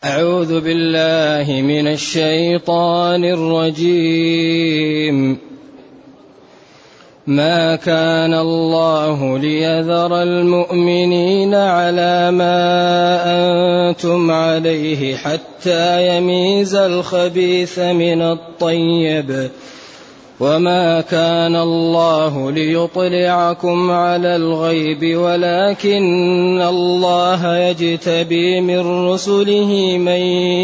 أعوذ بالله من الشيطان الرجيم. ما كان الله ليذر المؤمنين على ما أنتم عليه حتى يميز الخبيث من الطيب، وما كان الله ليطلعكم على الغيب ولكن الله يجتبي من رسله من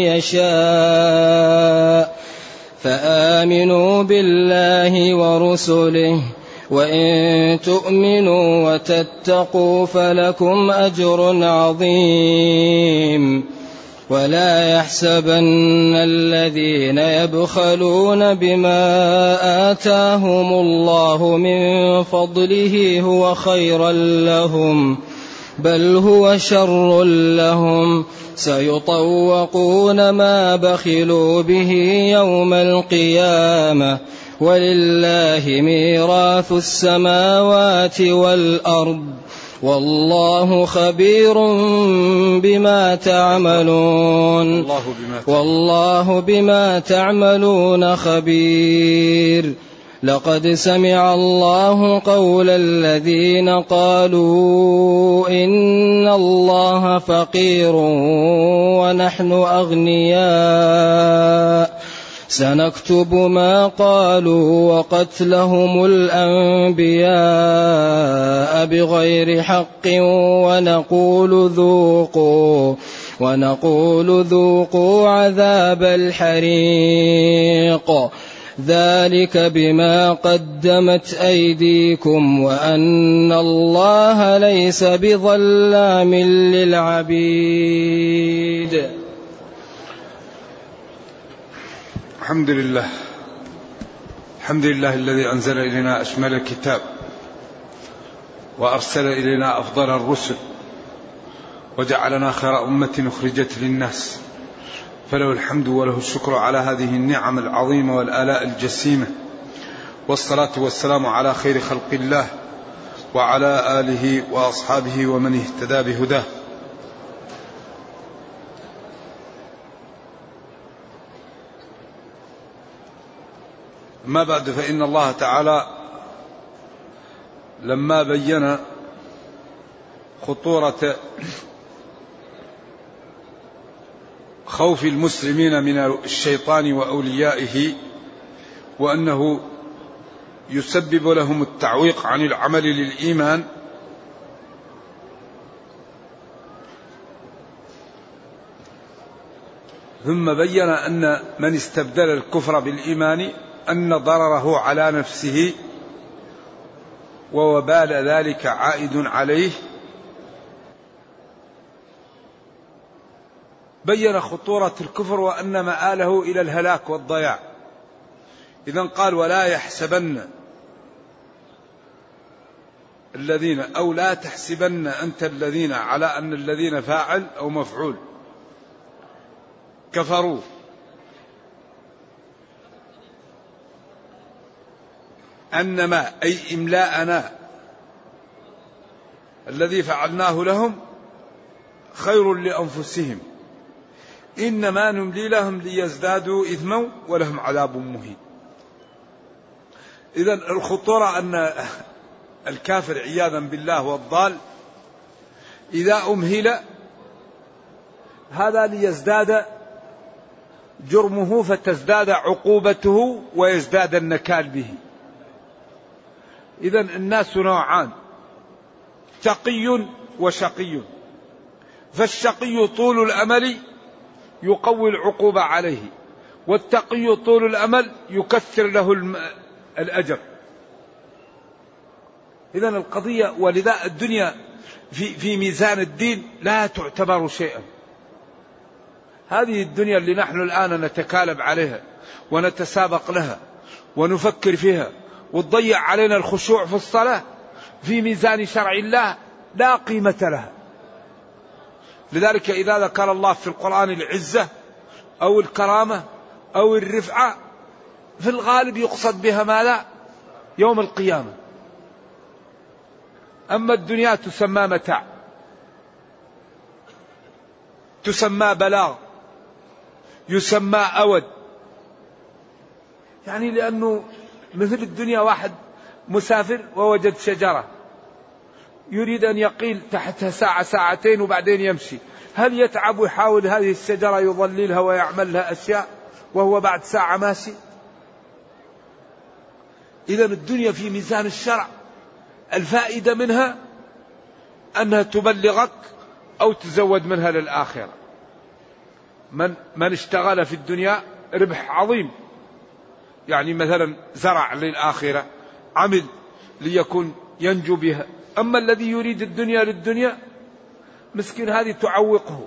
يشاء، فآمنوا بالله ورسله، وإن تؤمنوا وتتقوا فلكم أجر عظيم. ولا يحسبن الذين يبخلون بما آتاهم الله من فضله هو خيرا لهم، بل هو شر لهم، سيطوقون ما بخلوا به يوم القيامة، ولله ميراث السماوات والأرض، والله خبير بما تعملون، والله بما تعملون خبير. لقد سمع الله قول الذين قالوا إن الله فقير ونحن أغنياء، سنكتب ما قالوا وقتلهم الأنبياء بغير حق ونقول ذوقوا عذاب الحريق، ذلك بما قدمت أيديكم وأن الله ليس بظلام للعبيد. الحمد لله الذي أنزل إلينا أشمل الكتاب وأرسل إلينا أفضل الرسل وجعلنا خير أمة أخرجت للناس، فله الحمد وله الشكر على هذه النعم العظيمة والآلاء الجسيمة، والصلاة والسلام على خير خلق الله وعلى آله وأصحابه ومن اهتدى بهداه. ما بعد، فإن الله تعالى لما بين خطورة خوف المسلمين من الشيطان وأوليائه، وأنه يسبب لهم التعويق عن العمل للإيمان، ثم بين أن من استبدل الكفر بالإيمان أن ضرره على نفسه ووبال ذلك عائد عليه. بين خطورة الكفر وأن مآله إلى الهلاك والضياع. إذن قال ولا يحسبن الذين، أو لا تحسبن أنت الذين، على أن الذين فاعل أو مفعول، كفروا أنما أي إملاءنا الذي فعلناه لهم خير لأنفسهم، إنما نملي لهم ليزدادوا إثما ولهم عذاب مهين. إذن الخطورة أن الكافر عياذا بالله والضال إذا أمهل هذا ليزداد جرمه فتزداد عقوبته ويزداد النكال به. إذن الناس نوعان، تقي وشقي، فالشقي طول الأمل يقوي العقوبة عليه، والتقي طول الأمل يكثر له الأجر. إذن القضية، ولذا الدنيا في ميزان الدين لا تعتبر شيئا. هذه الدنيا اللي نحن الآن نتكالب عليها ونتسابق لها ونفكر فيها وتضيع علينا الخشوع في الصلاة، في ميزان شرع الله لا قيمة لها. لذلك إذا ذكر الله في القرآن العزة أو الكرامة أو الرفعة في الغالب يقصد بها ما لا يوم القيامة. أما الدنيا تسمى متاع، تسمى بلاغ، يسمى أود، يعني لأنه مثل الدنيا واحد مسافر ووجد شجرة يريد أن يقيل تحتها ساعة ساعتين وبعدين يمشي، هل يتعب ويحاول هذه الشجرة يظللها ويعمل لها أشياء وهو بعد ساعة ماشي؟ إذن الدنيا في ميزان الشرع الفائدة منها أنها تبلغك أو تزود منها للآخرة. من اشتغل في الدنيا ربح عظيم، يعني مثلا زرع للآخرة، عمل ليكون ينجو بها. أما الذي يريد الدنيا للدنيا مسكين هذه تعوقه.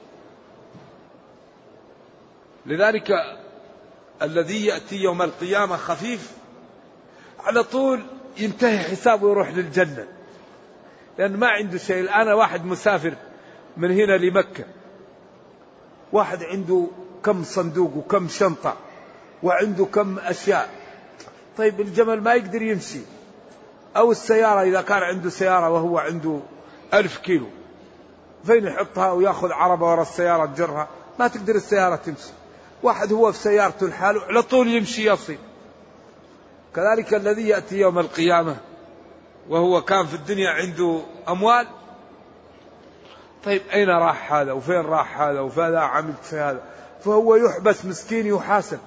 لذلك الذي يأتي يوم القيامة خفيف على طول ينتهي حسابه ويروح للجنة، لأن ما عنده شيء. الآن واحد مسافر من هنا لمكة، واحد عنده كم صندوق وكم شنطة وعنده كم أشياء، طيب الجمل ما يقدر يمشي، أو السيارة إذا كان عنده سيارة وهو عنده 1000 كيلو فين يحطها ويأخذ عربة وراء السيارة تجرها؟ ما تقدر السيارة تمشي. واحد هو في سيارته الحال على طول يمشي يصل. كذلك الذي يأتي يوم القيامة وهو كان في الدنيا عنده أموال، طيب أين راح هذا وفين راح هذا وفذا عملت في هذا، فهو يحبس مسكين يحاسب.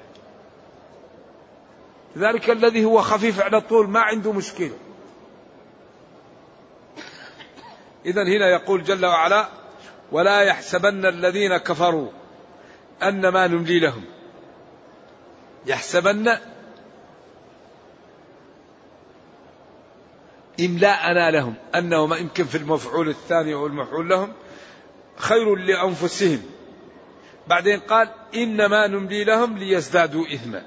ذلك الذي هو خفيف على طول ما عنده مشكلة. إذن هنا يقول جل وعلا: ولا يحسبن الذين كفروا أنما نملي لهم. يحسبن إملاءنا لهم، أنه ما يمكن في المفعول الثاني والمفعول لهم خير لأنفسهم. بعدين قال: إنما نملي لهم ليزدادوا إثما.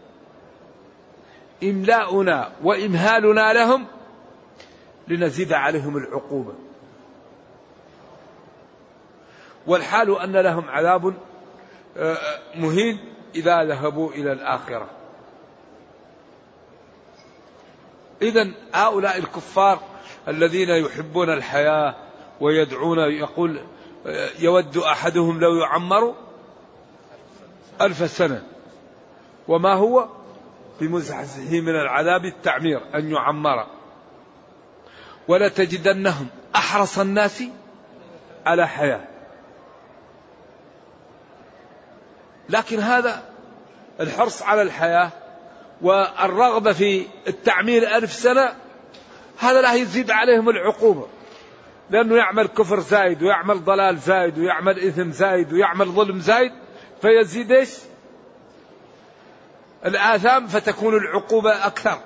إملاؤنا وإمهالنا لهم لنزيد عليهم العقوبة، والحال أن لهم عذاب مهين إذا ذهبوا إلى الآخرة. إذن هؤلاء الكفار الذين يحبون الحياة ويدعون، يقول: يود أحدهم لو يعمر 1000 سنة وما هو بمزحزحه من العذاب التعمير أن يعمر. ولتجدنهم أحرص الناس على حياة. لكن هذا الحرص على الحياة والرغبة في التعمير 1000 سنة هذا لا يزيد عليهم العقوبة، لأنه يعمل كفر زايد ويعمل ضلال زايد ويعمل إثم زايد ويعمل ظلم زايد، فيزيد إيش؟ الآثام، فتكون العقوبة أكثر.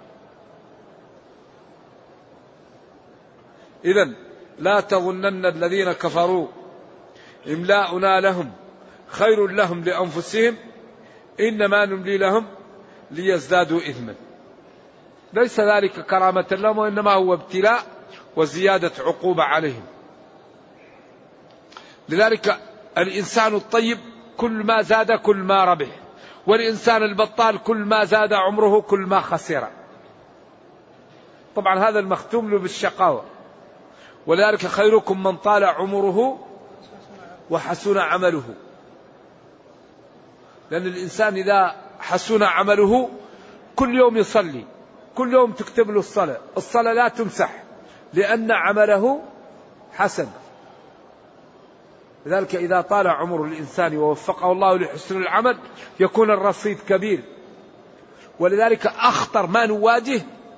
إذن لا تظنن الذين كفروا إملاؤنا لهم خير لهم لأنفسهم إنما نملي لهم ليزدادوا إثما. ليس ذلك كرامة لهم، وإنما هو ابتلاء وزيادة عقوبة عليهم. لذلك الإنسان الطيب كل ما زاد كل ما ربح، والإنسان البطال كل ما زاد عمره كل ما خسر. طبعا هذا المختوم له بالشقاوة. ولذلك خيركم من طال عمره وحسن عمله، لأن الإنسان إذا حسن عمله كل يوم يصلي، كل يوم تكتب له الصلاة، الصلاة لا تمسح لأن عمله حسن. لذلك إذا طال عمر الإنسان ووفقه الله لحسن العمل يكون الرصيد كبير. ولذلك أخطر ما نواجه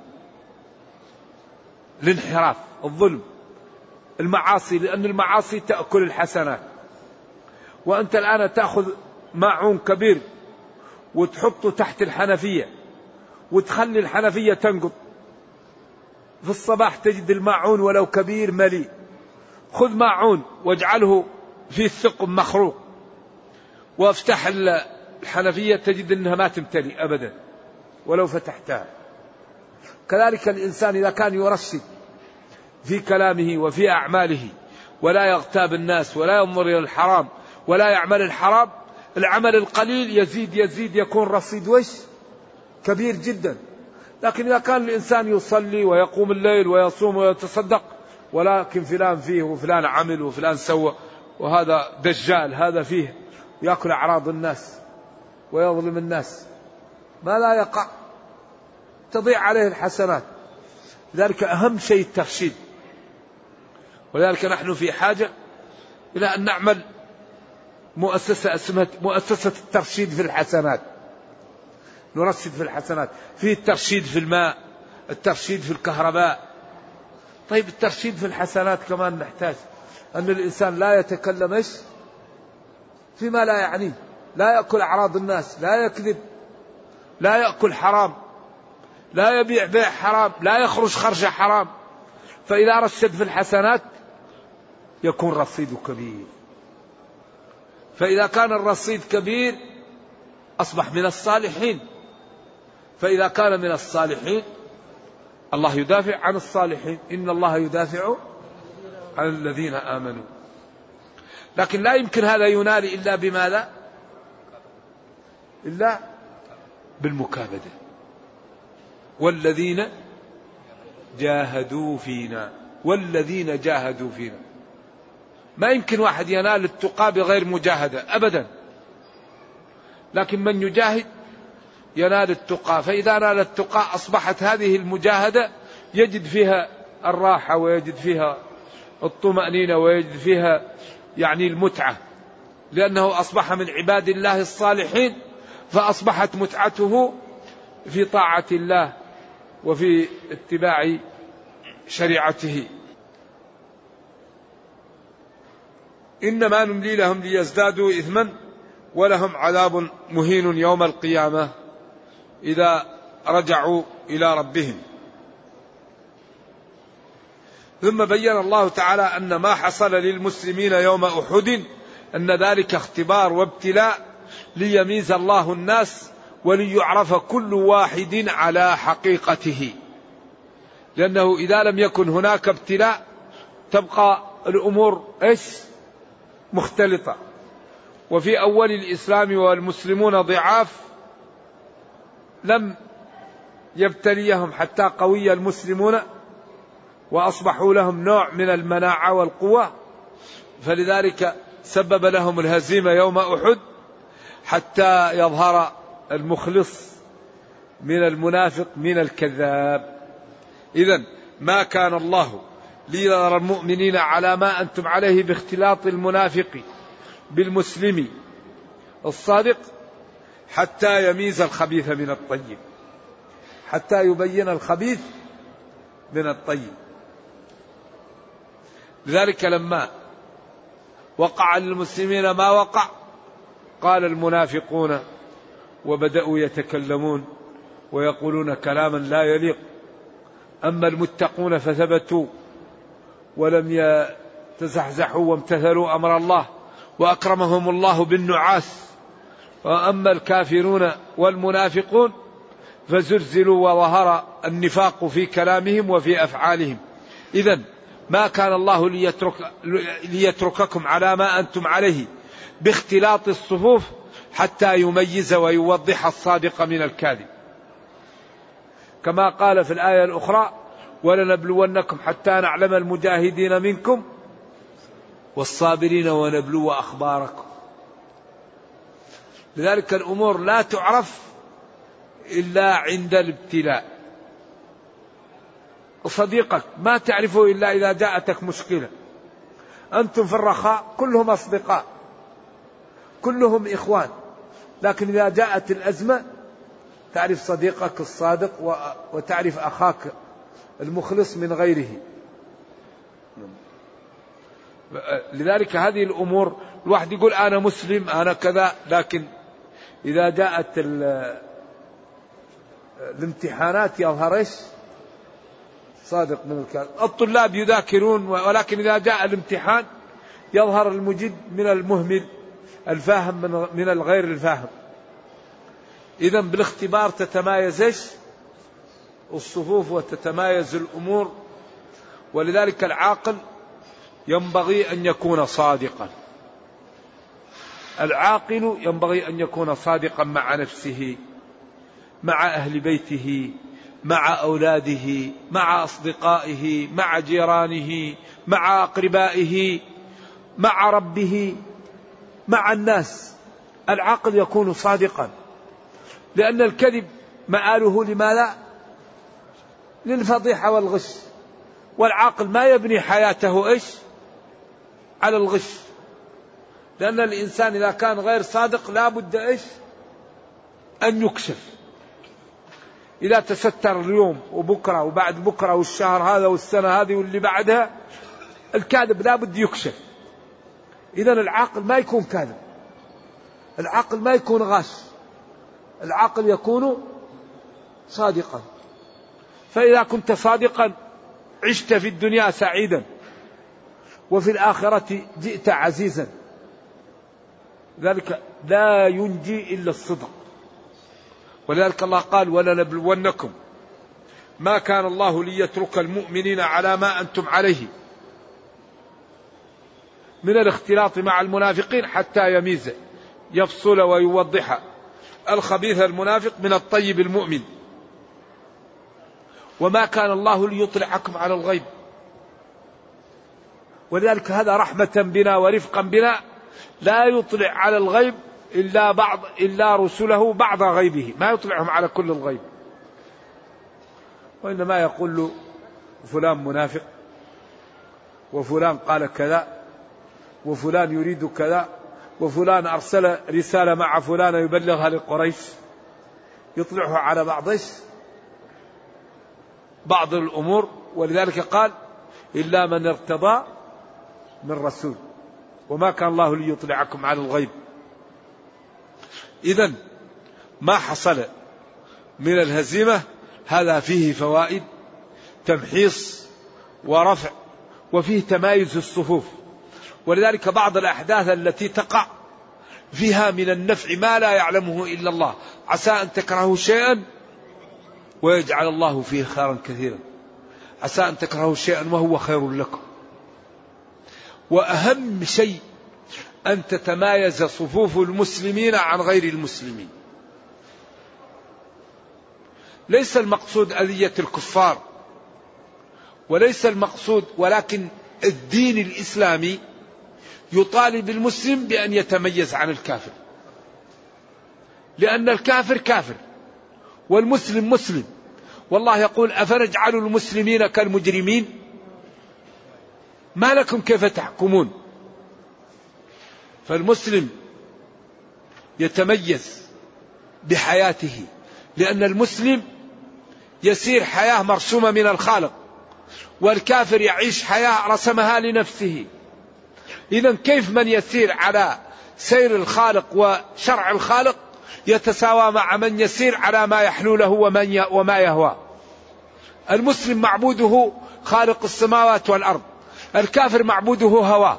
الانحراف، الظلم، المعاصي، لأن المعاصي تأكل الحسنات. وأنت الآن تأخذ ماعون كبير وتحطه تحت الحنفية وتخلي الحنفية تنقط، في الصباح تجد الماعون ولو كبير مليء. خذ ماعون واجعله في الثقب مخروق وافتح الحنفية تجد أنها ما تمتلي أبدا ولو فتحتها. كذلك الإنسان إذا كان يرشد في كلامه وفي أعماله ولا يغتاب الناس ولا ينظر إلى الحرام ولا يعمل الحرام، العمل القليل يزيد يزيد يكون رصيد وش كبير جدا. لكن إذا كان الإنسان يصلي ويقوم الليل ويصوم ويتصدق، ولكن فلان فيه وفلان عمل وفلان سوى وهذا دجال هذا فيه يأكل أعراض الناس ويظلم الناس، ما لا يقع تضيع عليه الحسنات. لذلك أهم شيء الترشيد. ولذلك نحن في حاجة إلى أن نعمل مؤسسة اسمها مؤسسة الترشيد في الحسنات، نرشد في الحسنات، في الترشيد في الماء، الترشيد في الكهرباء. طيب الترشيد في الحسنات كمان نحتاج أن الإنسان لا يتكلم فيما لا يعنيه، لا يأكل أعراض الناس، لا يكذب، لا يأكل حرام، لا يبيع بيع حرام، لا يخرج خرج حرام. فإذا رشد في الحسنات يكون رصيده كبير. فإذا كان الرصيد كبير أصبح من الصالحين. فإذا كان من الصالحين الله يدافع عن الصالحين، إن الله يدافع عن الذين آمنوا. لكن لا يمكن هذا ينال إلا بماذا؟ إلا بالمكابدة. والذين جاهدوا فينا، والذين جاهدوا فينا. ما يمكن واحد ينال التقى بغير مجاهدة أبدا، لكن من يجاهد ينال التقى. فإذا نال التقى أصبحت هذه المجاهدة يجد فيها الراحة، ويجد فيها الطمأنينة، ويجد فيها يعني المتعة، لأنه أصبح من عباد الله الصالحين، فأصبحت متعته في طاعة الله وفي اتباع شريعته. إنما نملي لهم ليزدادوا إثما ولهم عذاب مهين يوم القيامة إذا رجعوا إلى ربهم. ثم بين الله تعالى أن ما حصل للمسلمين يوم أحد أن ذلك اختبار وابتلاء ليميز الله الناس وليعرف كل واحد على حقيقته. لأنه إذا لم يكن هناك ابتلاء تبقى الأمور مختلطة. وفي أول الإسلام والمسلمون ضعاف لم يبتليهم حتى قوي المسلمون وأصبحوا لهم نوع من المناعة والقوة، فلذلك سبب لهم الهزيمة يوم أحد حتى يظهر المخلص من المنافق من الكذاب. إذن ما كان الله ليرى المؤمنين على ما أنتم عليه باختلاط المنافق بالمسلم الصادق حتى يميز الخبيث من الطيب، حتى يبين الخبيث من الطيب. لذلك لما وقع للمسلمين ما وقع قال المنافقون وبدأوا يتكلمون ويقولون كلاما لا يليق. أما المتقون فثبتوا ولم يتزحزحوا وامتثلوا أمر الله وأكرمهم الله بالنعاس. وأما الكافرون والمنافقون فزلزلوا وظهر النفاق في كلامهم وفي أفعالهم. إذن ما كان الله ليترككم على ما أنتم عليه باختلاط الصفوف حتى يميز ويوضح الصادق من الكاذب، كما قال في الآية الأخرى ولنبلونكم حتى نعلم المجاهدين منكم والصابرين ونبلو أخباركم. لذلك الأمور لا تعرف إلا عند الابتلاء. صديقك ما تعرفه إلا إذا جاءتك مشكلة. أنتم في الرخاء كلهم أصدقاء كلهم إخوان، لكن إذا جاءت الأزمة تعرف صديقك الصادق وتعرف أخاك المخلص من غيره. لذلك هذه الأمور الواحد يقول أنا مسلم أنا كذا، لكن إذا جاءت الامتحانات يظهر صادق من الكاذب. الطلاب يذاكرون ولكن إذا جاء الامتحان يظهر المجد من المهمل، الفاهم من الغير الفاهم. إذن بالاختبار تتمايز الصفوف وتتمايز الأمور. ولذلك العاقل ينبغي أن يكون صادقا. العاقل ينبغي أن يكون صادقا مع نفسه، مع أهل بيته، مع أولاده، مع أصدقائه، مع جيرانه، مع أقربائه، مع ربه، مع الناس. العاقل يكون صادقا، لأن الكذب مآله لماذا؟ للفضيحة والغش، والعاقل ما يبني حياته إيش؟ على الغش، لأن الإنسان إذا كان غير صادق لا بد إيش؟ أن يكشف. إذا تستر اليوم وبكرة وبعد بكرة والشهر هذا والسنة هذه واللي بعدها، الكاذب لا بد يكشف. إذن العاقل ما يكون كاذب، العاقل ما يكون غاش، العاقل يكون صادقا. فإذا كنت صادقا عشت في الدنيا سعيدا، وفي الآخرة جئت عزيزا. ذلك لا ينجي إلا الصدق. ولذلك الله قال: ولنبلونكم، ما كان الله ليترك المؤمنين على ما أنتم عليه من الاختلاط مع المنافقين حتى يميز، يفصل ويوضح الخبيث المنافق من الطيب المؤمن. وما كان الله ليطلعكم على الغيب. ولذلك هذا رحمة بنا ورفقا بنا، لا يطلع على الغيب إلا رسله بعض غيبه، ما يطلعهم على كل الغيب. وإنما يقول له فلان منافق، وفلان قال كذا، وفلان يريد كذا، وفلان أرسل رسالة مع فلان يبلغها لقريش، يطلعه على بعض الأمور. ولذلك قال: إلا من ارتضى من رسول، وما كان الله ليطلعكم على الغيب. إذن ما حصل من الهزيمة هذا فيه فوائد، تمحيص ورفع، وفيه تمايز الصفوف. ولذلك بعض الأحداث التي تقع فيها من النفع ما لا يعلمه إلا الله، عسى أن تكرهوا شيئا ويجعل الله فيه خيرا كثيرا، عسى أن تكرهوا شيئا وهو خير لكم. وأهم شيء أن تتمايز صفوف المسلمين عن غير المسلمين. ليس المقصود أذية الكفار، وليس المقصود، ولكن الدين الإسلامي يطالب المسلم بأن يتميز عن الكافر، لأن الكافر كافر والمسلم مسلم. والله يقول: أفنجعل المسلمين كالمجرمين؟ ما لكم كيف تحكمون؟ فالمسلم يتميز بحياته، لأن المسلم يسير حياة مرسومة من الخالق، والكافر يعيش حياة رسمها لنفسه. إذن كيف من يسير على سير الخالق وشرع الخالق يتساوى مع من يسير على ما يحلو له وما يهوى؟ المسلم معبوده خالق السماوات والأرض، الكافر معبوده هواه.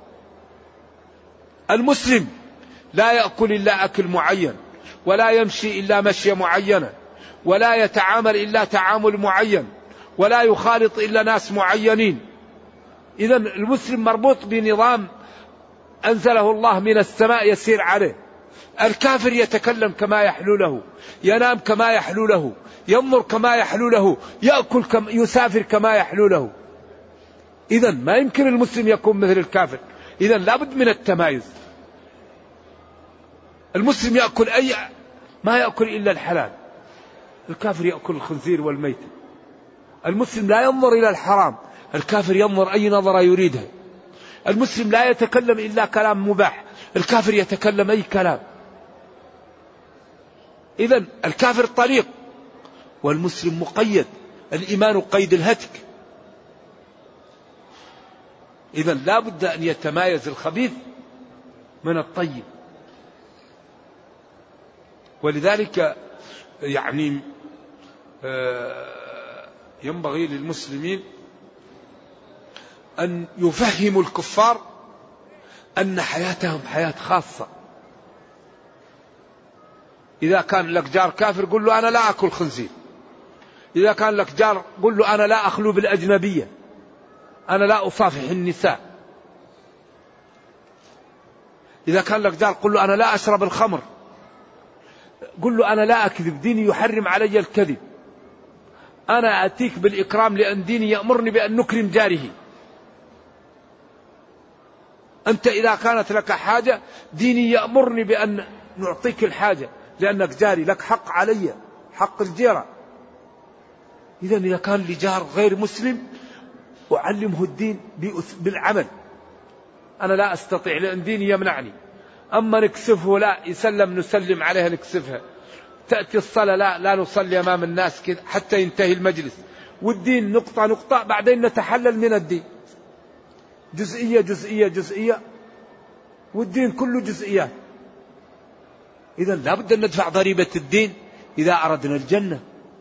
المسلم لا يأكل إلا أكل معين، ولا يمشي إلا مشي معينة، ولا يتعامل إلا تعامل معين، ولا يخالط إلا ناس معينين. إذن المسلم مربوط بنظام أنزله الله من السماء يسير عليه. الكافر يتكلم كما يحلو له، ينام كما يحلو له، ينظر كما يحلو له، يأكل يسافر كما يحلو له. إذن ما يمكن المسلم يكون مثل الكافر. إذن لابد من التمايز. المسلم يأكل ما يأكل إلا الحلال، الكافر يأكل الخنزير والميت. المسلم لا ينظر إلى الحرام، الكافر ينظر أي نظرة يريدها. المسلم لا يتكلم إلا كلام مباح، الكافر يتكلم أي كلام. إذن الكافر طليق والمسلم مقيد، الإيمان قيد الهتك. إذن لا بد أن يتمايز الخبيث من الطيب. ولذلك ينبغي للمسلمين أن يفهموا الكفار أن حياتهم حياة خاصة. إذا كان لك جار كافر قل له: أنا لا أكل خنزير. إذا كان لك جار قل له: أنا لا أخلو بالأجنبية، أنا لا أصافح النساء. إذا كان لك جار قل له: أنا لا أشرب الخمر. قل له: أنا لا أكذب، ديني يحرم علي الكذب. أنا أتيك بالإكرام لأن ديني يأمرني بأن نكرم جاره. أنت إذا كانت لك حاجة ديني يأمرني بأن نعطيك الحاجة لأنك جاري، لك حق علي، حق الجيرة. إذا إذا كان لي جار غير مسلم أعلمه الدين بالعمل. أنا لا أستطيع لأن ديني يمنعني. أما نكسفه لا، يسلم نسلم عليها نكسفها. تأتي الصلاة لا نصلي أمام الناس كذا حتى ينتهي المجلس. والدين نقطة نقطة بعدين نتحلل من الدين، جزئية جزئية جزئية، والدين كله جزئيات. إذا لابد أن ندفع ضريبة الدين إذا أردنا الجنة.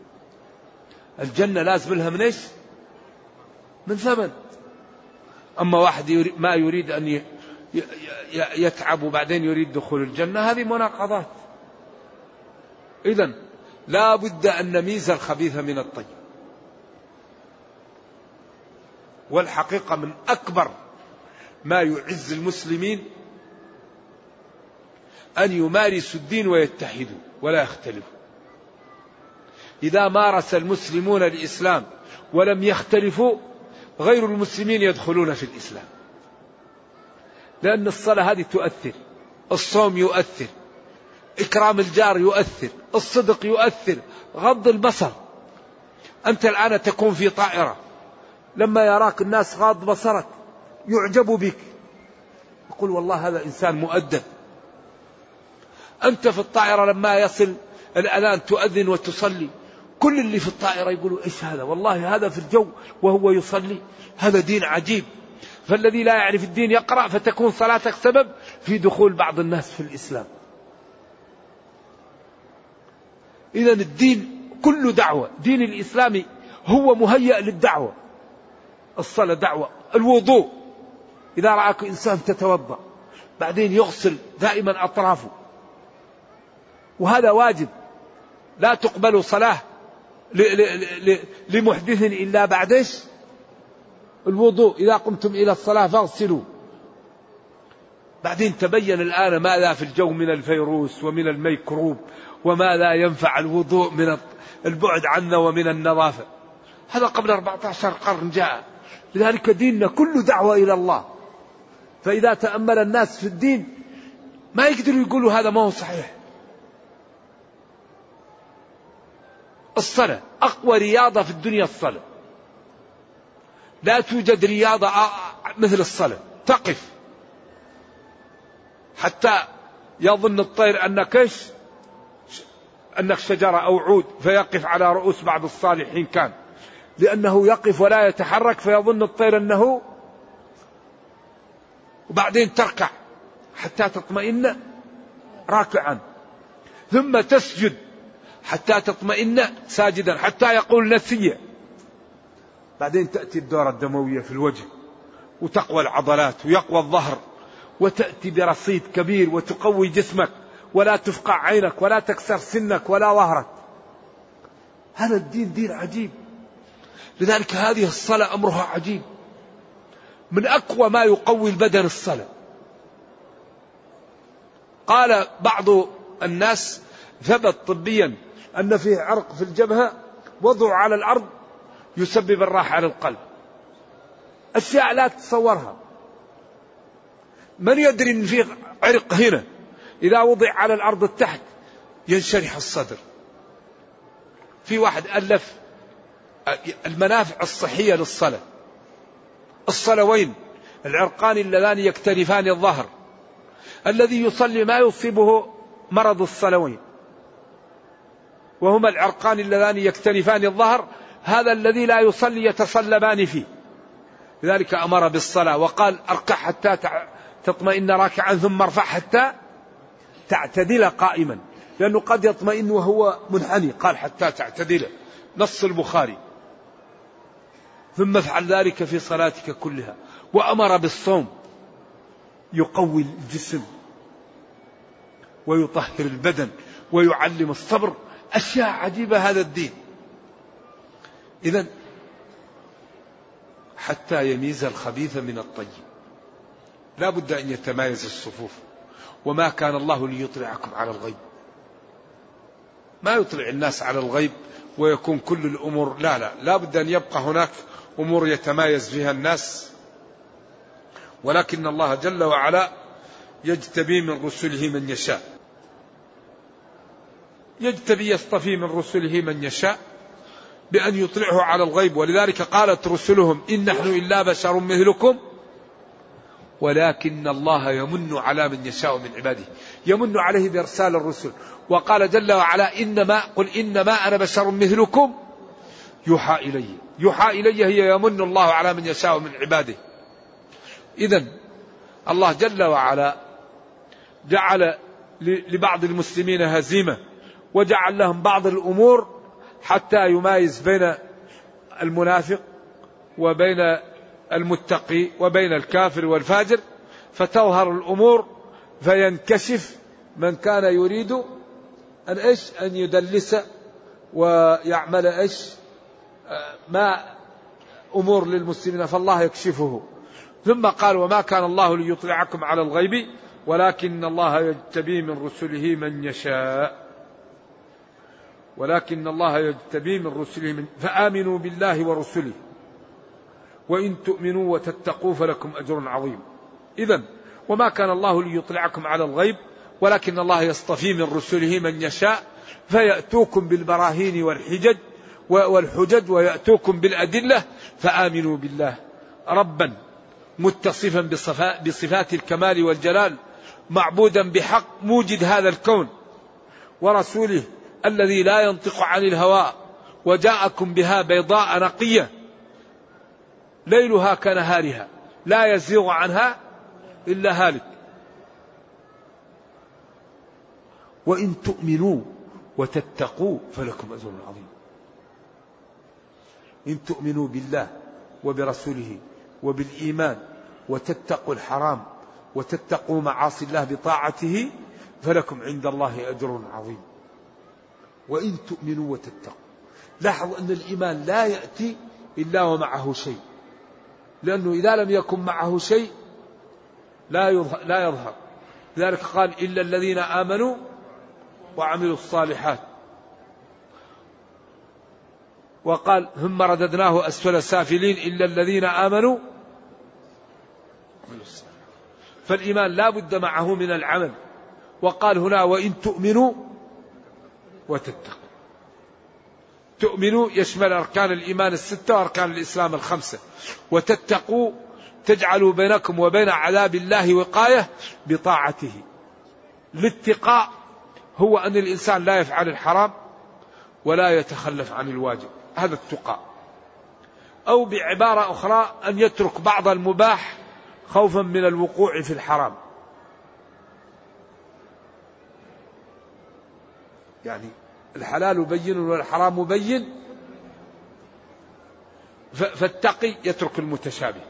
الجنة لازم لها من إيش؟ من ثمن. أما واحد ما يريد أن يتعب وبعدين يريد دخول الجنة، هذه مناقضات. إذن لا بد أن نميز الخبيث من الطيب. والحقيقة من أكبر ما يعز المسلمين أن يمارسوا الدين ويتحدوا ولا يختلفوا. إذا مارس المسلمون الإسلام ولم يختلفوا غير المسلمين يدخلون في الإسلام، لأن الصلاة هذه تؤثر، الصوم يؤثر، إكرام الجار يؤثر، الصدق يؤثر، غض البصر. أنت الآن تكون في طائرة، لما يراك الناس غاض بصرك يعجبوا بك، يقول والله هذا إنسان مؤدب. أنت في الطائرة لما يصل الأذان تؤذن وتصلي، كل اللي في الطائرة يقولوا إيش هذا، والله هذا في الجو وهو يصلي، هذا دين عجيب. فالذي لا يعرف الدين يقرأ، فتكون صلاتك سبب في دخول بعض الناس في الإسلام. إذن الدين كله دعوة، دين الإسلامي هو مهيأ للدعوة. الصلاة دعوة، الوضوء إذا رأك إنسان تتوضأ بعدين يغسل دائما أطرافه، وهذا واجب. لا تقبل صلاة لمحدث إلا بعد الوضوء. إذا قمتم إلى الصلاة فاغسلوا. بعدين تبين الآن ماذا في الجو من الفيروس ومن الميكروب، وماذا ينفع الوضوء من البعد عنا ومن النظافة. هذا قبل 14 قرن جاء. لذلك ديننا كله دعوة إلى الله. فإذا تأمل الناس في الدين ما يقدروا يقولوا هذا ما هو صحيح. الصلاة أقوى رياضة في الدنيا، الصلاة. لا توجد رياضة مثل الصلاة. تقف حتى يظن الطير أنك شجرة أو عود، فيقف على رؤوس بعض الصالحين كان، لأنه يقف ولا يتحرك فيظن الطير أنه. وبعدين تركع حتى تطمئن راكعا، ثم تسجد حتى تطمئن ساجدا، حتى يقول نسي. بعدين تأتي الدورة الدموية في الوجه، وتقوى العضلات ويقوى الظهر، وتأتي برصيد كبير وتقوي جسمك، ولا تفقع عينك ولا تكسر سنك ولا ظهرك. هذا الدين دين عجيب. لذلك هذه الصلاة أمرها عجيب. من أقوى ما يقوي البدن الصلاة. قال بعض الناس ثبت طبيا أن فيه عرق في الجبهة وضع على الأرض يسبب الراحة على القلب. أشياء لا تتصورها. من يدري أن فيه عرق هنا إذا وضع على الأرض التحت ينشرح الصدر. في واحد ألف المنافع الصحية للصلاة. الصلوين العرقان اللذان يكتنفان الظهر. الذي يصلي ما يصيبه مرض الصلوين، وهما العرقان اللذان يكتنفان الظهر. هذا الذي لا يصلي يتصلبان فيه. لذلك أمر بالصلاة وقال اركع حتى تطمئن راكعا، ثم ارفع حتى تعتدل قائما، لأنه قد يطمئن وهو منحني. قال حتى تعتدل، نص البخاري. ثم افعل ذلك في صلاتك كلها. وأمر بالصوم يقوي الجسم ويطهر البدن ويعلم الصبر. أشياء عجيبة هذا الدين. إذن حتى يميز الخبيث من الطيب لا بد أن يتمايز الصفوف. وما كان الله ليطلعكم على الغيب، ما يطلع الناس على الغيب ويكون كل الأمور. لا بد أن يبقى هناك أمور يتمايز فيها الناس. ولكن الله جل وعلا يجتبي من رسله من يشاء، يصطفي من رسله من يشاء بأن يطلعه على الغيب. ولذلك قالت رسلهم إن نحن إلا بشر مثلكم ولكن الله يمن على من يشاء من عباده، يمن عليه بإرسال الرسل. وقال جل وعلا قل إنما أنا بشر مثلكم يوحى إلي. يوحى إلي هي يمن الله على من يشاء من عباده. إذن الله جل وعلا جعل لبعض المسلمين هزيمة، وجعل لهم بعض الأمور حتى يمايز بين المنافق وبين المتقي وبين الكافر والفاجر، فتظهر الأمور فينكشف من كان يريد أن يدلس ويعمل ما أمور للمسلمين، فالله يكشفه. ثم قال وما كان الله ليطلعكم على الغيب ولكن الله يجتبي من رسله من يشاء، ولكن الله يجتبي من رسله فآمنوا بالله ورسله وإن تؤمنوا وتتقوا فلكم أجر عظيم. إذن وما كان الله ليطلعكم على الغيب ولكن الله يصطفي من رسله من يشاء، فيأتوكم بالبراهين والحجج ويأتوكم بالأدلة. فآمنوا بالله ربا متصفا بصفات الكمال والجلال، معبودا بحق موجد هذا الكون، ورسوله الذي لا ينطق عن الهوى وجاءكم بها بيضاء نقية ليلها كنهارها لا يزيغ عنها إلا هالك. وإن تؤمنوا وتتقوا فلكم أجر عظيم. إن تؤمنوا بالله وبرسوله وبالإيمان وتتقوا الحرام وتتقوا معاصي الله بطاعته فلكم عند الله أجر عظيم. وإن تؤمنوا وتتقوا، لاحظوا أن الإيمان لا يأتي إلا ومعه شيء، لأنه إذا لم يكن معه شيء لا يظهر. لذلك قال إلا الذين آمنوا وعملوا الصالحات، وقال ثم رددناه أسفل سافلين إلا الذين آمنوا وعملوا الصالحات. فالإيمان لا بد معه من العمل. وقال هنا وإن تؤمنوا وتتقوا. تؤمنوا يشمل أركان الإيمان 6 وأركان الإسلام 5، وتتقوا تجعلوا بينكم وبين عذاب الله وقاية بطاعته. الاتقاء هو أن الإنسان لا يفعل الحرام ولا يتخلف عن الواجب، هذا التقاء. أو بعبارة أخرى أن يترك بعض المباح خوفا من الوقوع في الحرام. يعني الحلال بين والحرام بين، فالتقي يترك المتشابه.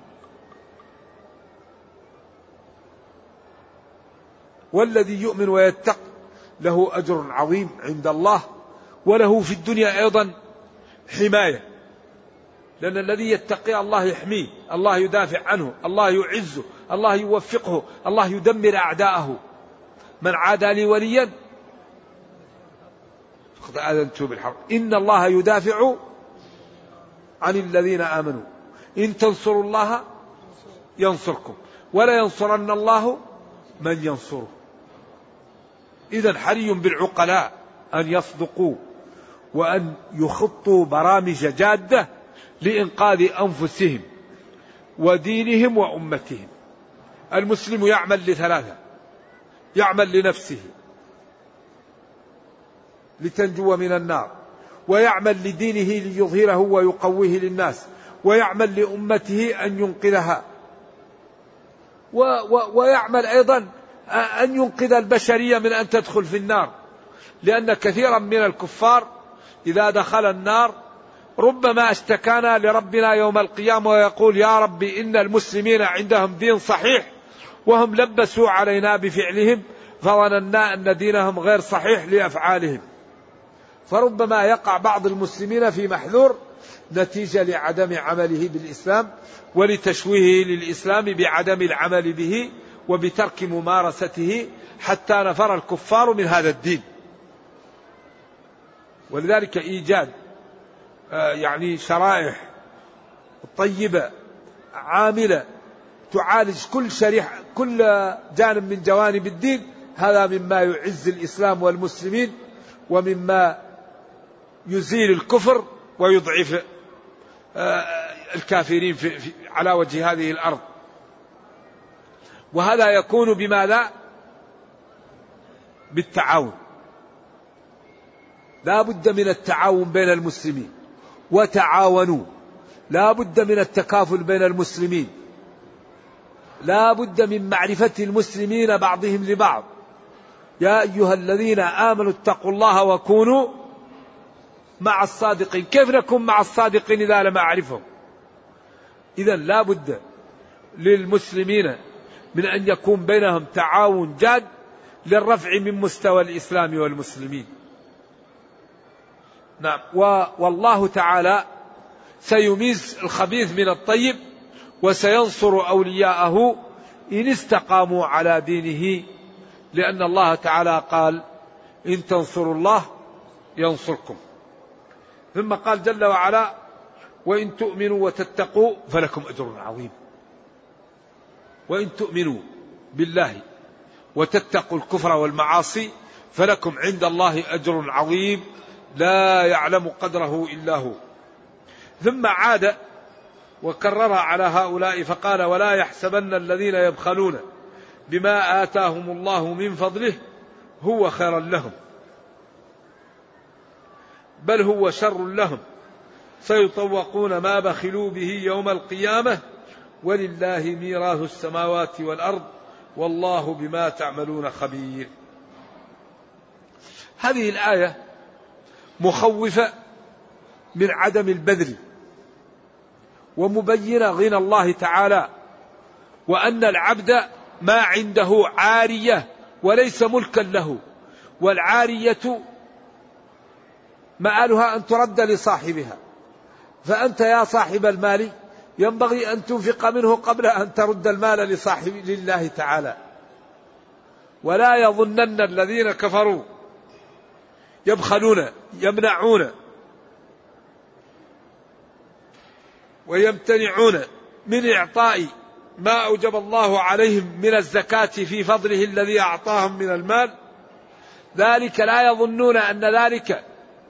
والذي يؤمن ويتق له أجر عظيم عند الله، وله في الدنيا أيضا حماية، لأن الذي يتقي الله يحميه، الله يدافع عنه، الله يعزه، الله يوفقه، الله يدمر أعداءه. من عادى لي وليا فقد آذنته بالحرب. إن الله يدافع عن الذين آمنوا إن تنصروا الله ينصركم ولا ينصرن الله من ينصره. إذن حري بالعقلاء أن يصدقوا وأن يخطوا برامج جادة لإنقاذ أنفسهم ودينهم وأمتهم. المسلم يعمل ل3: يعمل لنفسه لتنجو من النار، ويعمل لدينه ليظهره ويقويه للناس، ويعمل لأمته أن ينقذها، ويعمل أيضا أن ينقذ البشرية من أن تدخل في النار. لأن كثيرا من الكفار إذا دخل النار ربما اشتكانا لربنا يوم القيامة ويقول يا رب إن المسلمين عندهم دين صحيح وهم لبسوا علينا بفعلهم فظننا أن دينهم غير صحيح لأفعالهم. فربما يقع بعض المسلمين في محذور نتيجة لعدم عمله بالإسلام ولتشويهه للإسلام بعدم العمل به وبترك ممارسته، حتى نفر الكفار من هذا الدين. ولذلك إيجاد شرائح طيبة عاملة تعالج كل جانب من جوانب الدين، هذا مما يعز الإسلام والمسلمين، ومما يزيل الكفر ويضعف الكافرين على وجه هذه الأرض. وهذا يكون بماذا؟ بالتعاون. لا بد من التعاون بين المسلمين، وتعاونوا. لا بد من التكافل بين المسلمين، لا بد من معرفة المسلمين بعضهم لبعض. يا أيها الذين آمنوا اتقوا الله وكونوا مع الصادقين. كيف نكون مع الصادقين إذا لم أعرفهم؟ إذن لا بد للمسلمين من أن يكون بينهم تعاون جاد للرفع من مستوى الإسلام والمسلمين. نعم. والله تعالى سيميز الخبيث من الطيب، وسينصر أولياءه إن استقاموا على دينه، لأن الله تعالى قال إن تنصروا الله ينصركم. ثم قال جل وعلا وإن تؤمنوا وتتقوا فلكم أجر عظيم. وإن تؤمنوا بالله وتتقوا الكفر والمعاصي فلكم عند الله أجر عظيم لا يعلم قدره إلا هو. ثم عاد وكرر على هؤلاء فقال ولا يحسبن الذين يبخلون بما آتاهم الله من فضله هو خيرا لهم بل هو شر لهم سيطوقون ما بخلوا به يوم القيامة ولله ميراث السماوات والأرض والله بما تعملون خبير. هذه الآية مخوفة من عدم البذل، ومبينة غنى الله تعالى، وأن العبد ما عنده عارية وليس ملكا له، والعارية مآلها أن ترد لصاحبها. فأنت يا صاحب المال ينبغي أن تنفق منه قبل أن ترد المال لله تعالى. ولا يظنن الذين كفروا يبخلون يمنعون ويمتنعون من إعطاء ما أوجب الله عليهم من الزكاة في فضله الذي أعطاهم من المال، ذلك لا يظنون أن ذلك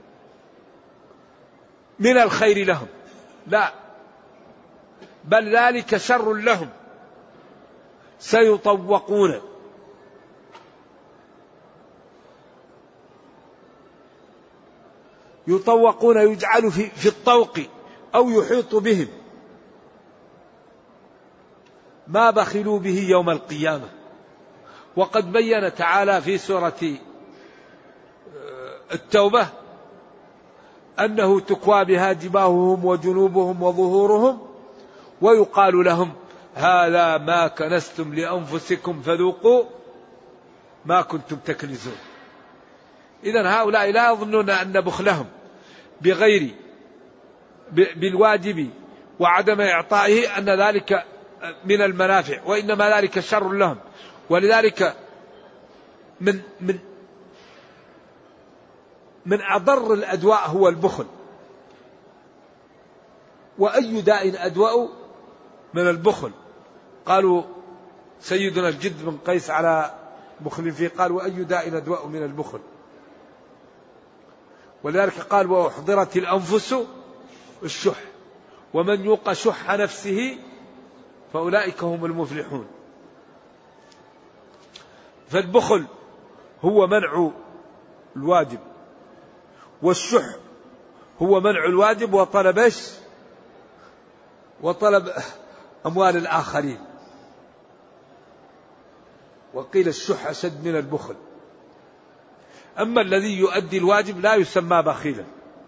من الخير لهم، لا، بل ذلك شر لهم سيطوقون. يطوقون يجعل في الطوق أو يحيط بهم ما بخلوا به يوم القيامة. وقد بين تعالى في سورة التوبة أنه تكوى بها جباههم وجنوبهم وظهورهم ويقال لهم هذا ما كنستم لأنفسكم فذوقوا ما كنتم تكنزون. إذن هؤلاء لا يظنون أن بخلهم بالواجب وعدم إعطائه أن ذلك من المنافع، وإنما ذلك شر لهم. ولذلك من أضر الأدواء هو البخل، وأي داء أدواء من البخل. قالوا سيدنا الجد بن قيس على بخل فيه قال وأي داء أدواء من البخل. ولذلك قال وأحضرت الأنفس الشح ومن يوق شح نفسه فأولئك هم المفلحون. فالبخل هو منع الواجب، والشح هو منع الواجب وطلب أموال الآخرين. وقيل الشح أشد من البخل. أما الذي يؤدي الواجب لا يسمى بخيلا،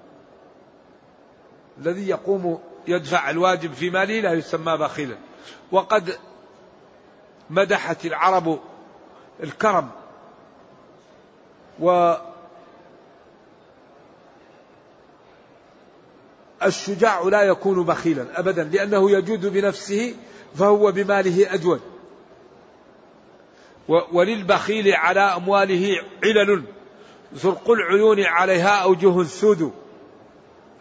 الذي يقوم يدفع الواجب في ماله لا يسمى بخيلا. وقد مدحت العرب الكرم والشجاع لا يكون بخيلا أبدا، لأنه يجود بنفسه فهو بماله أجود. وللبخيل على أمواله علل زرق العيون عليها أوجه سود.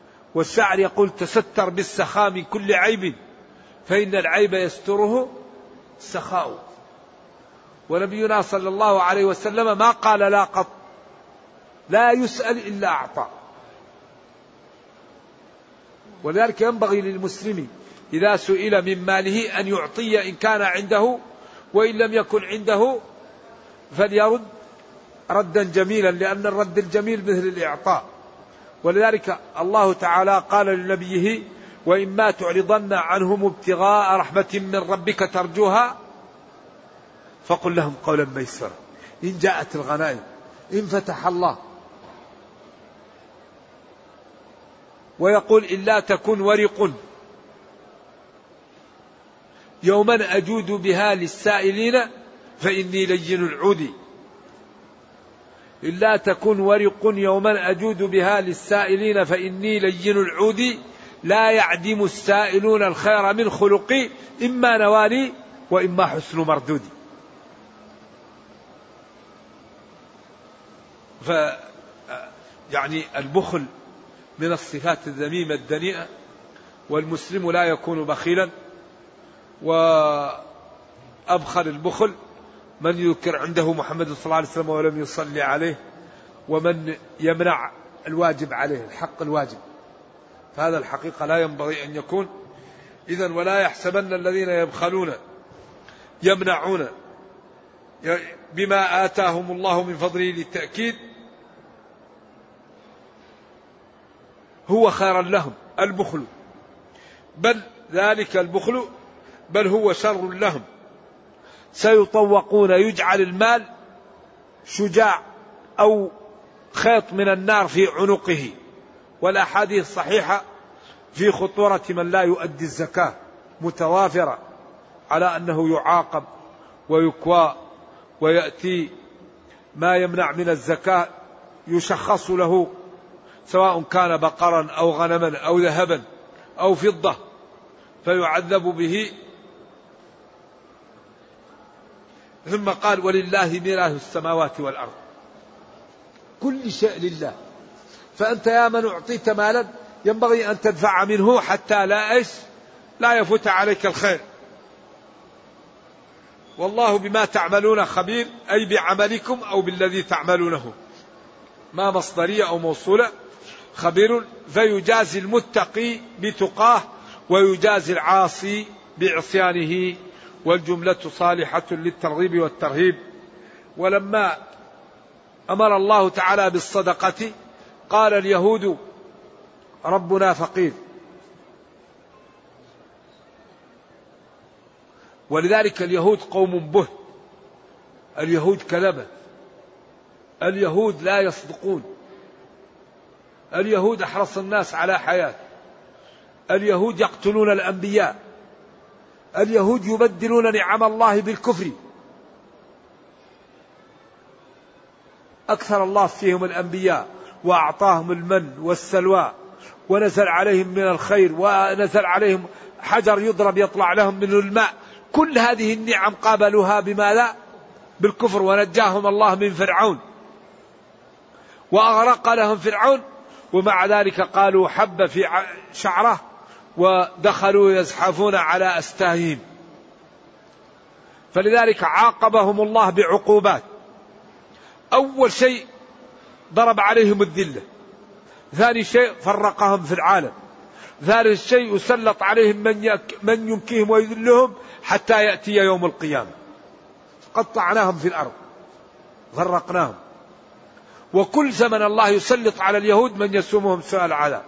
والشاعر يقول تستر بالسخاء من كل عيب فإن العيب يستره سخاء. ونبينا صلى الله عليه وسلم ما قال لا قط، لا يسأل إلا أعطى. ولذلك ينبغي للمسلم إذا سئل من ماله أن يعطي إن كان عنده، وإن لم يكن عنده فليرد ردا جميلا، لأن الرد الجميل مثل الإعطاء. ولذلك الله تعالى قال لنبيه: وإما تعرضن عنهم ابتغاء رحمة من ربك ترجوها فقل لهم قولا ميسرا. إن جاءت الغنائم، إن فتح الله. ويقول: إلا تكن ورق يوما أجود بها للسائلين فإني لين العود. إلا تكن ورق يوما أجود بها للسائلين فإني لين العود. لا يعدم السائلون الخير من خلقي، إما نوالي وإما حسن مردودي. يعني البخل من الصفات الذميمة الدنيئة، والمسلم لا يكون بخيلا. وأبخل البخل من يذكر عنده محمد صلى الله عليه وسلم ولم يصلي عليه، ومن يمنع الواجب عليه، الحق الواجب. فهذا الحقيقة لا ينبغي أن يكون. إذن ولا يحسبن الذين يبخلون يمنعون بما آتاهم الله من فضله للتأكيد هو خيرا لهم البخل، بل ذلك البخل بل هو شر لهم. سيطوقون، يجعل المال شجاع أو خيط من النار في عنقه. والأحاديث الصحيحة في خطورة من لا يؤدي الزكاة متوافرة على أنه يعاقب ويكوى، ويأتي ما يمنع من الزكاة يشخص له، سواء كان بقرا أو غنما أو ذهبا أو فضة، فيعذب به. ثم قال: ولله ميراث السماوات والأرض. كل شيء لله. فأنت يا من أعطيت مالا ينبغي أن تدفع منه حتى لا يفوت عليك الخير. والله بما تعملون خبير، أي بعملكم أو بالذي تعملونه، ما مصدرية أو موصولة. خبير، فيجازي المتقي بتقاه ويجازي العاصي بعصيانه. والجملة صالحة للترغيب والترهيب. ولما أمر الله تعالى بالصدقة قال اليهود ربنا فقير. ولذلك اليهود قوم به، اليهود كذبة، اليهود لا يصدقون، اليهود أحرص الناس على حياة، اليهود يقتلون الأنبياء، اليهود يبدلون نعم الله بالكفر. أكثر الله فيهم الأنبياء وأعطاهم المن والسلوى، ونزل عليهم من الخير، ونزل عليهم حجر يضرب يطلع لهم منه الماء. كل هذه النعم قابلوها بماذا؟ بالكفر. ونجاهم الله من فرعون وأغرق لهم فرعون، ومع ذلك قالوا حب في شعره ودخلوا يزحفون على أستاههم. فلذلك عاقبهم الله بعقوبات. أول شيء ضرب عليهم الذلة، ثاني شيء فرقهم في العالم، ثالث شيء يسلط عليهم من ينكيهم ويذلهم حتى يأتي يوم القيامة. قطعناهم في الأرض، غرقناهم. وكل زمن الله يسلط على اليهود من يسومهم سوء العذاب.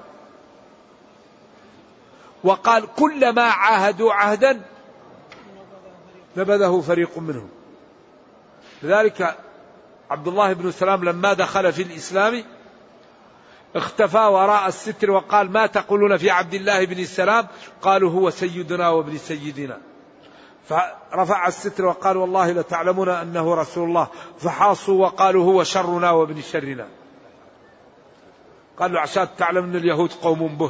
وقال: كلما عاهدوا عهدا نبذه فريق منهم. لذلك عبد الله بن سلام لما دخل في الإسلام اختفى وراء الستر وقال: ما تقولون في عبد الله بن السلام؟ قالوا: هو سيدنا وابن سيدنا. فرفع الستر وقال: والله لتعلمون أنه رسول الله. فحاصوا وقالوا: هو شرنا وابن شرنا. قالوا: عشان تعلم أن اليهود قوم به.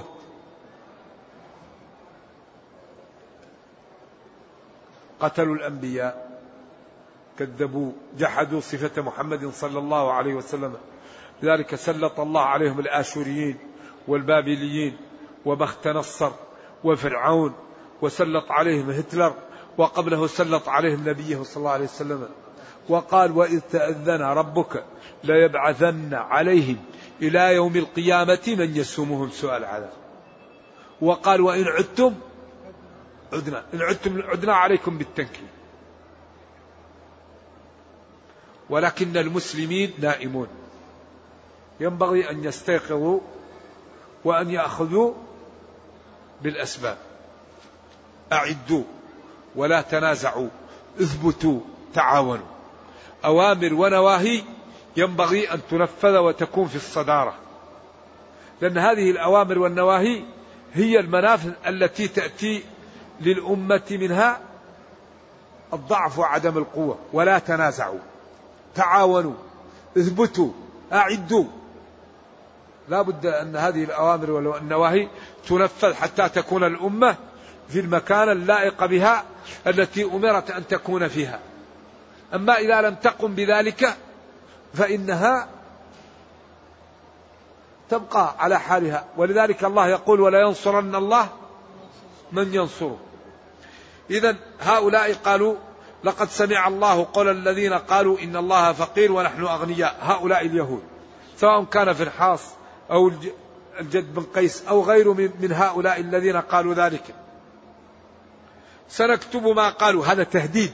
قتلوا الأنبياء، كذبوا، جحدوا صفة محمد صلى الله عليه وسلم. لذلك سلط الله عليهم الآشوريين والبابليين وبخت نصر وفرعون، وسلط عليهم هتلر وقبله سلط عليهم نبيه صلى الله عليه وسلم وقال وإذ تأذن ربك ليبعثن عليهم إلى يوم القيامة من يسومهم سوء العذاب. وقال وإن عدتم عدنا، إن عدتم عدنا عليكم بالتنكيل. ولكن المسلمين نائمون، ينبغي أن يستيقظوا وأن يأخذوا بالأسباب. أعدوا ولا تنازعوا، اثبتوا، تعاونوا. أوامر ونواهي ينبغي أن تنفذ وتكون في الصدارة، لأن هذه الأوامر والنواهي هي المنافذ التي تأتي للأمة منها الضعف وعدم القوة. ولا تنازعوا، تعاونوا، اثبتوا، أعدوا. لا بد أن هذه الأوامر والنواهي تنفذ حتى تكون الأمة في المكان اللائق بها التي أمرت أن تكون فيها. أما إذا لم تقم بذلك فإنها تبقى على حالها. ولذلك الله يقول ولا ينصرن الله من ينصره. إذن هؤلاء قالوا لقد سمع الله قول الذين قالوا إن الله فقير ونحن أغنياء. هؤلاء اليهود، سواء كان فنحاص أو الجد بن قيس أو غيره من هؤلاء الذين قالوا ذلك. سنكتب ما قالوا، هذا تهديد،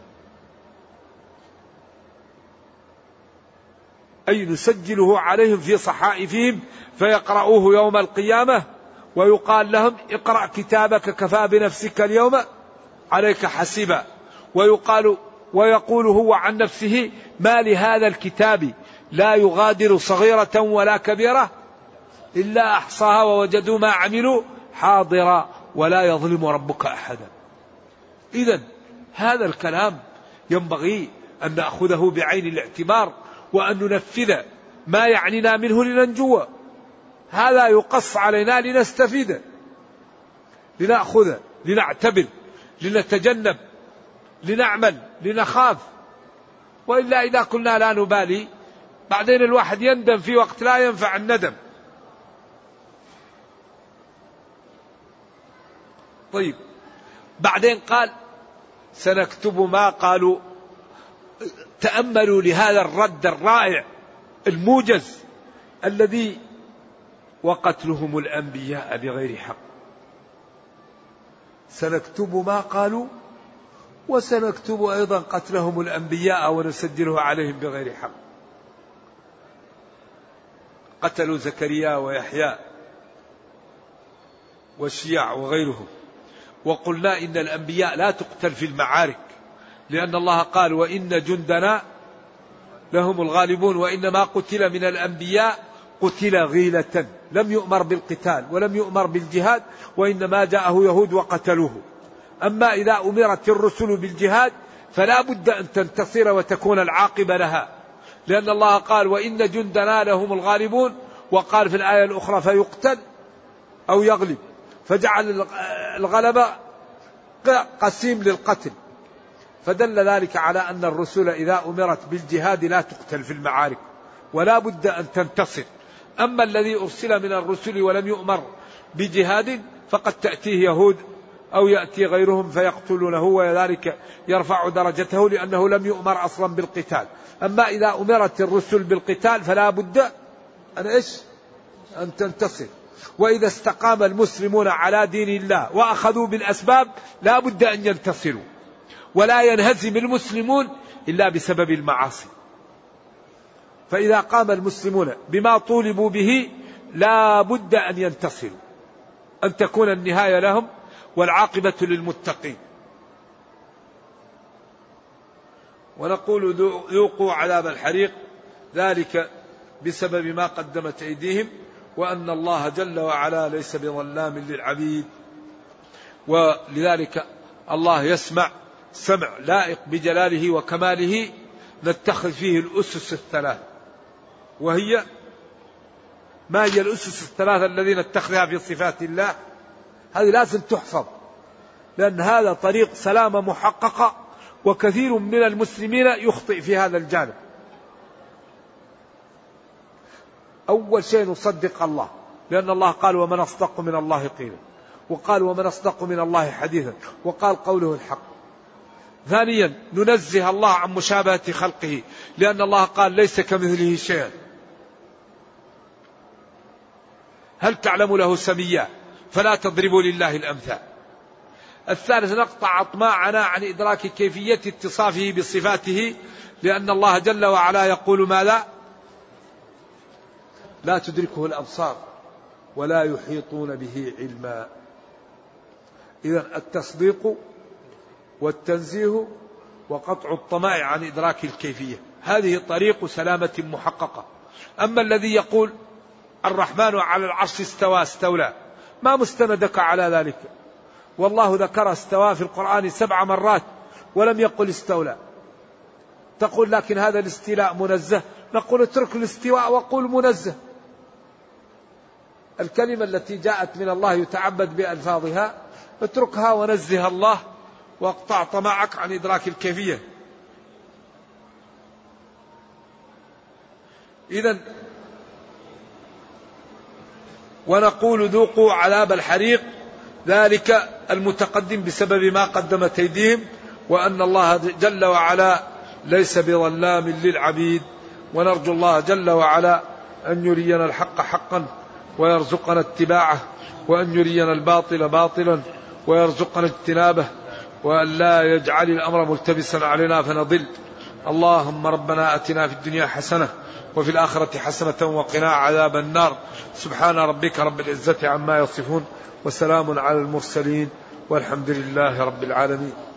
أي نسجله عليهم في صحائفهم فيقرؤوه يوم القيامة ويقال لهم اقرأ كتابك كفى بنفسك اليوم عليك حسيبا. ويقول هو عن نفسه ما لهذا الكتاب لا يغادر صغيرة ولا كبيرة إلا أحصاها ووجدوا ما عملوا حاضرا ولا يظلم ربك أحدا. إذن هذا الكلام ينبغي أن نأخذه بعين الاعتبار وأن ننفذ ما يعنينا منه لننجو. هذا يقص علينا لنستفيد، لنأخذ، لنعتبر، لنتجنب، لنعمل، لنخاف. وإلا إذا كنا لا نبالي بعدين الواحد يندم في وقت لا ينفع الندم. طيب بعدين قال سنكتب ما قالوا. تأملوا لهذا الرد الرائع الموجز الذي وقتلهم الأنبياء بغير حق. سنكتب ما قالوا وسنكتب أيضا قتلهم الأنبياء ونسجله عليهم بغير حق. قتلوا زكريا ويحيى والشيع وغيرهم. وقلنا إن الأنبياء لا تقتل في المعارك، لأن الله قال وإن جندنا لهم الغالبون. وإنما قتل من الأنبياء قتل غيلة، لم يؤمر بالقتال ولم يؤمر بالجهاد، وإنما جاءه يهود وقتلوه. أما إذا أمرت الرسل بالجهاد فلا بد أن تنتصر وتكون العاقبة لها، لأن الله قال وإن جندنا لهم الغالبون، وقال في الآية الأخرى فيقتل أو يغلب، فجعل الغلبة قسيم للقتل. فدل ذلك على أن الرسل إذا أمرت بالجهاد لا تقتل في المعارك ولا بد أن تنتصر. أما الذي أرسل من الرسل ولم يؤمر بجهاد فقد تأتيه يهود أو يأتي غيرهم فيقتلونه، وذلك يرفع درجته لأنه لم يؤمر أصلا بالقتال. أما إذا أمرت الرسل بالقتال فلا بد أن تنتصر. وإذا استقام المسلمون على دين الله وأخذوا بالأسباب لا بد أن ينتصروا، ولا ينهزم المسلمون إلا بسبب المعاصي. فإذا قام المسلمون بما طولبوا به لا بد أن ينتصروا، أن تكون النهاية لهم والعاقبة للمتقين. ونقول ذوقوا عذاب الحريق ذلك بسبب ما قدمت أيديهم وأن الله جل وعلا ليس بظلام للعبيد. ولذلك الله يسمع سمع لائق بجلاله وكماله نتخذ فيه الأسس الثلاث. وهي ما هي الأسس الثلاثة الذين نتخذها في صفات الله؟ هذه لازم تحفظ، لأن هذا طريق سلامة محققة، وكثير من المسلمين يخطئ في هذا الجانب. أول شيء نصدق الله، لأن الله قال ومن أصدق من الله قيلا، وقال ومن أصدق من الله حديثا، وقال قوله الحق. ثانيا ننزه الله عن مشابهة خلقه، لأن الله قال ليس كمثله شيء. هل تعلم له سميا؟ فلا تضربوا لله الأمثال. الثالث نقطع أطماعنا عن إدراك كيفية اتصافه بصفاته، لأن الله جل وعلا يقول ماذا؟ لا تدركه الأبصار ولا يحيطون به علما. إذن التصديق والتنزيه وقطع الطمع عن إدراك الكيفية، هذه طريق سلامة محققة. أما الذي يقول الرحمن على العرش استولى، ما مستندك على ذلك؟ والله ذكر استوى في القرآن 7 مرات ولم يقل استولى. تقول لكن هذا الاستيلاء منزه، نقول اترك الاستواء وقول منزه. الكلمة التي جاءت من الله يتعبد بألفاظها اتركها ونزه الله واقطع طمعك عن إدراك الكيفية. إذن ونقول ذوقوا عذاب الحريق، ذلك المتقدم بسبب ما قدمت أيديهم، وأن الله جل وعلا ليس بظلام للعبيد. ونرجو الله جل وعلا أن يرينا الحق حقا ويرزقنا اتباعه، وأن يرينا الباطل باطلا ويرزقنا اجتنابه، وأن لا يجعل الأمر ملتبسا علينا فنضل. اللهم ربنا أتنا في الدنيا حسنة وفي الآخرة حسنة وقنا عذاب النار. سبحان ربك رب العزة عما يصفون، وسلام على المرسلين، والحمد لله رب العالمين.